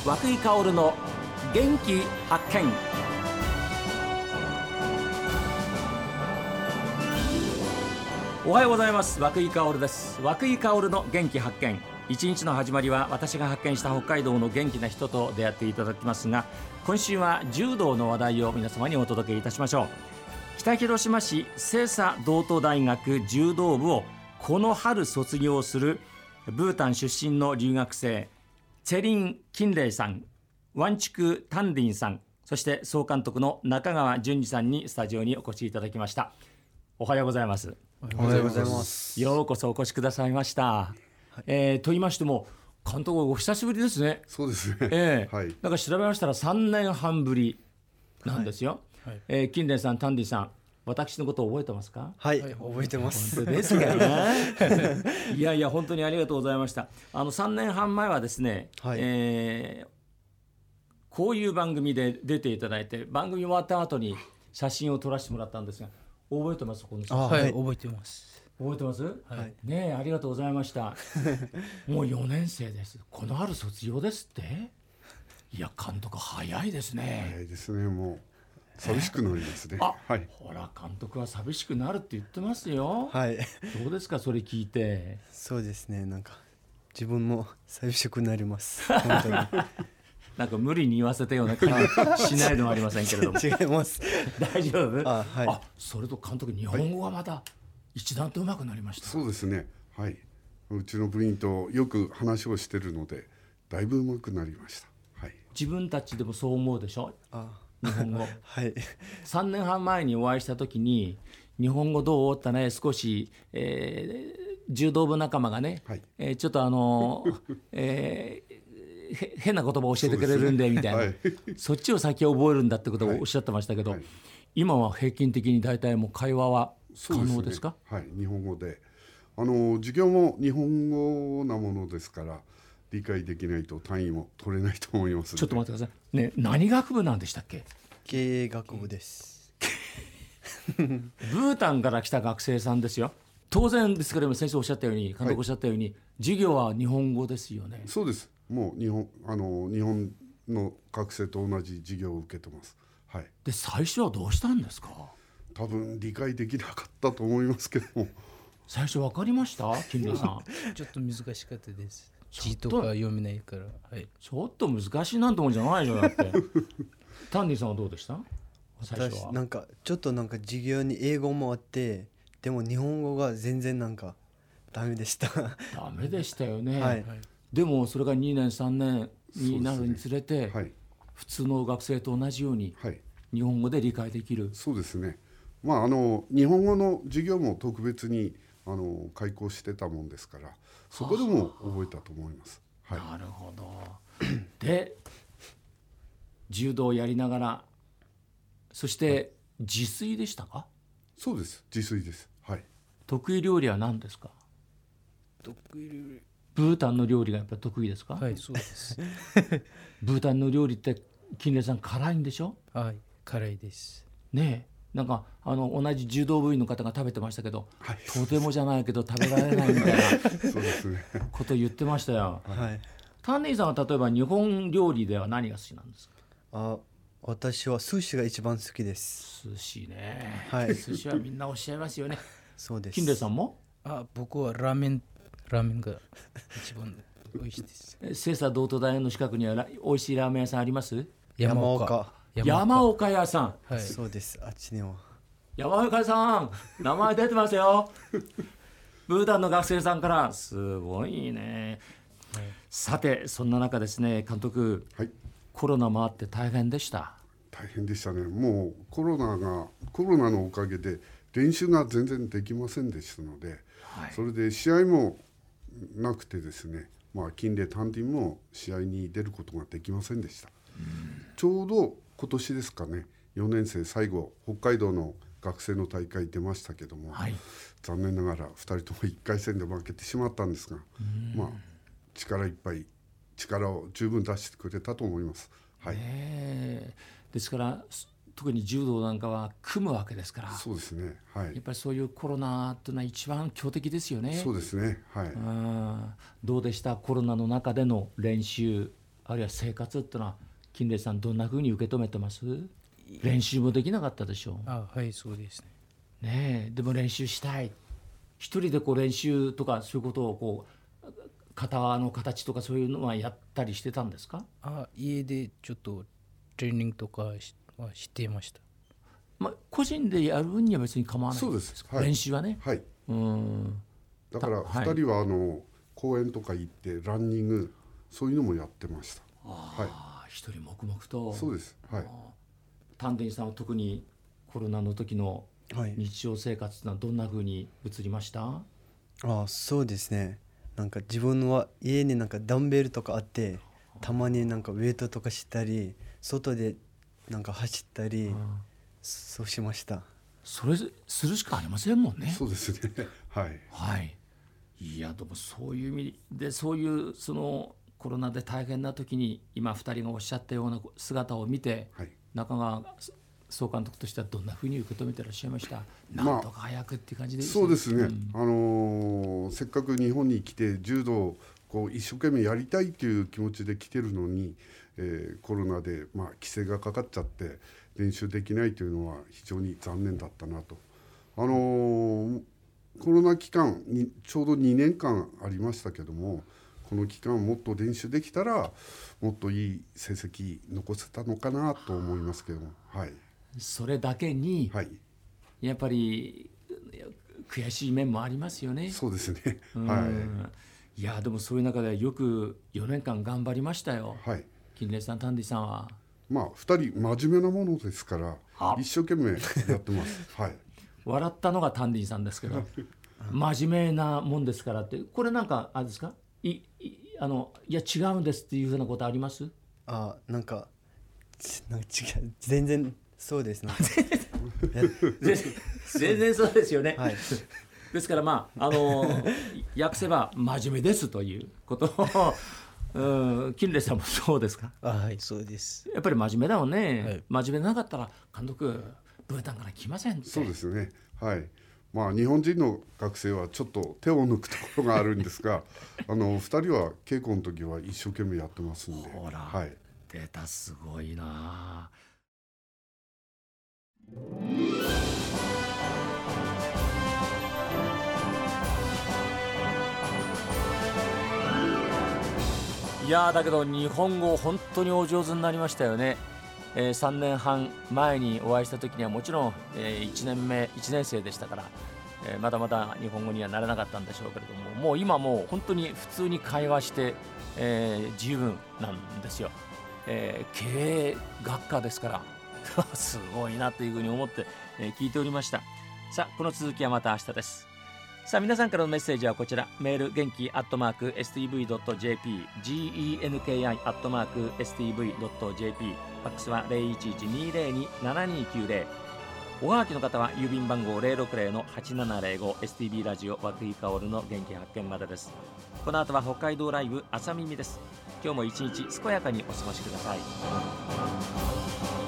涌井薫の元気発見。おはようございます。涌井薫です。涌井薫の元気発見。一日の始まりは私が発見した北海道の元気な人と出会っていただきますが、今週は柔道の話題を皆様にお届けいたしましょう。北広島市清佐道都大学柔道部をこの春卒業するブータン出身の留学生チェリン・キンレイさん、ワンチク・タンディンさん、そして総監督の中川淳二さんにスタジオにお越しいただきました。おはようございます。 おはようございます。 ようこそお越しくださいました。と言いましても監督お久しぶりですね。 そうですね、 はい、なんか調べましたら3年半ぶりなんですよ。キンレイさん、タンディさん、私のことを覚えてますか？ はい、覚えてます。 本当ですかねいやいや本当にありがとうございました。3年半前はですね、こういう番組で出ていただいて、番組終わった後に写真を撮らせてもらったんですが、覚えてます？この写真。 はい、覚えてます。 覚えてます？ はい、 ねえ、ありがとうございましたもう4年生です。この春卒業ですって。いや監督早いですね。 早いですね。もう寂しくなりますね。はい、 ほら監督は寂しくなるって言ってますよ。 はい、 どうですかそれ聞いて。 そうですね、なんか自分も寂しくなります本当になんか無理に言わせたような感じしないでもありませんけれども違います。 大丈夫？ はい、 それと監督、日本語がまた一段と上手くなりました。 そうですね、はい、うちの部員とよく話をしてるのでだいぶ上手くなりました。はい、 自分たちでもそう思うでしょ？日本語はい、 3年半前にお会いした時に日本語どうってね、少し、柔道部仲間がね、ちょっと変な言葉を教えてくれるんでみたいな、そっちを先覚えるんだってことをおっしゃってましたけど、今は平均的に大体もう会話は可能ですか？ はい、日本語で授業も日本語なものですから理解できないと単位も取れないと思いますので。 ちょっと待ってくださいね。何学部なんでしたっけ？ 経営学部ですブータンから来た学生さんですよ。当然ですけども、先生おっしゃったように、監督おっしゃったように、授業は日本語ですよね。 そうです。もう日本の学生と同じ授業を受けてます。はい、 で最初はどうしたんですか？ 多分理解できなかったと思いますけども。 最初分かりました？金田さんちょっと難しかったです。字とか読めないから、はい、 ちょっと難しいなんてもんじゃないじゃんだってタンディさんはどうでした？最初はなんかちょっとなんか授業に英語もあって、でも日本語が全然なんかダメでしたダメでしたよね。 はい、 でもそれが2年3年になるにつれて、 はい、 普通の学生と同じように日本語で理解できる。 そうですね。まあ日本語の授業も特別に開講してたもんですから、そこでも覚えたと思います。はい、 なるほどで柔道をやりながら、そして自炊でしたか？ そうです、自炊です。はい、 得意料理は何ですか？ 得意料理、 ブータンの料理がやっぱり得意ですか？ はい、そうですブータンの料理って金蓮さん辛いんでしょ？ はい、辛いですねえ。なんか同じ柔道部員の方が食べてましたけど、 はい、 とてもじゃないけど食べられないみたいなそうですねことを言ってましたよ。 はい、 タンディさんは例えば日本料理では何が好きなんですか？ 私は寿司が一番好きです。 寿司ね、 はい、 寿司はみんなおっしゃいますよねそうです。 金蓮さんも？ 僕はラーメンが一番美味しいです。 清佐道都大学の近くには美味しいラーメン屋さんあります？ 山岡屋さん、 はい、 そうです。あっちには山岡さん名前出てますよブータンの学生さんから。すごいね、はい、さてそんな中ですね、監督、 はい、 コロナもあって大変でした。 大変でしたね。もうコロナのおかげで練習が全然できませんでしたので、はい、それで試合もなくてですね、金レタンディも試合に出ることができませんでした。ちょうど今年ですかね、4年生最後北海道の学生の大会出ましたけども、はい、残念ながら2人とも1回戦で負けてしまったんですが、力いっぱい力を十分出してくれたと思います。はい、 ですから特に柔道なんかは組むわけですから。 そうですね、はい、 やっぱりそういうコロナというのは一番強敵ですよね。 そうですね、はい、 どうでしたコロナの中での練習あるいは生活ってのは金麗さんどんな風に受け止めてます？練習もできなかったでしょう。 はい、そうですね。 ねえ、でも練習したい、一人でこう練習とかそういうことをこう型の形とかそういうのはやったりしてたんですか？ 家でちょっとトレーニングとかはしていました。 個人でやる分には別に構わないんですか？ そうです、はい、 練習はね。 はい、だから2人は公園とか行ってランニングそういうのもやってました。 一人黙々と。 そうです、はい。 丹田さんは特にコロナの時の日常生活というのはどんな風に移りました？ そうですね、なんか自分は家になんかダンベルとかあって、たまになんかウェイトとかしたり外でなんか走ったり、そうしました。 それするしかありませんもんね。 そうですねはい、 はい、いやでもそういう意味でそういうそのコロナで大変な時に今2人がおっしゃったような姿を見て、 はい、 中川総監督としてはどんなふうに受け止めてらっしゃいました？なんとか早くっていう感じでいいですね。 そうですね、せっかく日本に来て柔道をこう一生懸命やりたいという気持ちで来てるのに、コロナで規制がかかっちゃって練習できないというのは非常に残念だったなと。コロナ期間にちょうど2年間ありましたけども、この期間もっと練習できたらもっといい成績残せたのかなと思いますけども、はい、 それだけに、 はい、 やっぱり悔しい面もありますよね。 そうですね、はい、 いやでもそういう中でよく4年間頑張りましたよ、 はい、 金麗さん、丹治さんは。 2人真面目なものですから一生懸命やってますはい、 笑ったのが丹治さんですけど真面目なもんですからって、これなんかあれですか？いや違うんですっていうふうなことあります？ なんか違う、全然そうですね全然そうですよね、 はい、 ですから訳せば真面目ですということを金麗さんもそうですか？ はい、そうです。 やっぱり真面目だもんね、 はい、 真面目でなかったら監督ブータンから来ませんって。 そうですね、はい。日本人の学生はちょっと手を抜くところがあるんですが2人は稽古の時は一生懸命やってますんで。 ほら、 はい、 データすごいな。いやだけど日本語本当にお上手になりましたよね。3年半前にお会いした時にはもちろん、1年生でしたから、まだまだ日本語にはなれなかったんでしょうけれども、もう今もう本当に普通に会話して、十分なんですよ。経営学科ですからすごいなというふうに思って、聞いておりました。さあこの続きはまた明日です。さあ皆さんからのメッセージはこちら、メール元気@stv.jp、 genki@stv.jp、 ファックスは 0112027290、 おはがきの方は郵便番号 060-8705 STB ラジオ和久井薫の元気発見までです。この後は北海道ライブ朝耳です。今日も一日健やかにお過ごしください。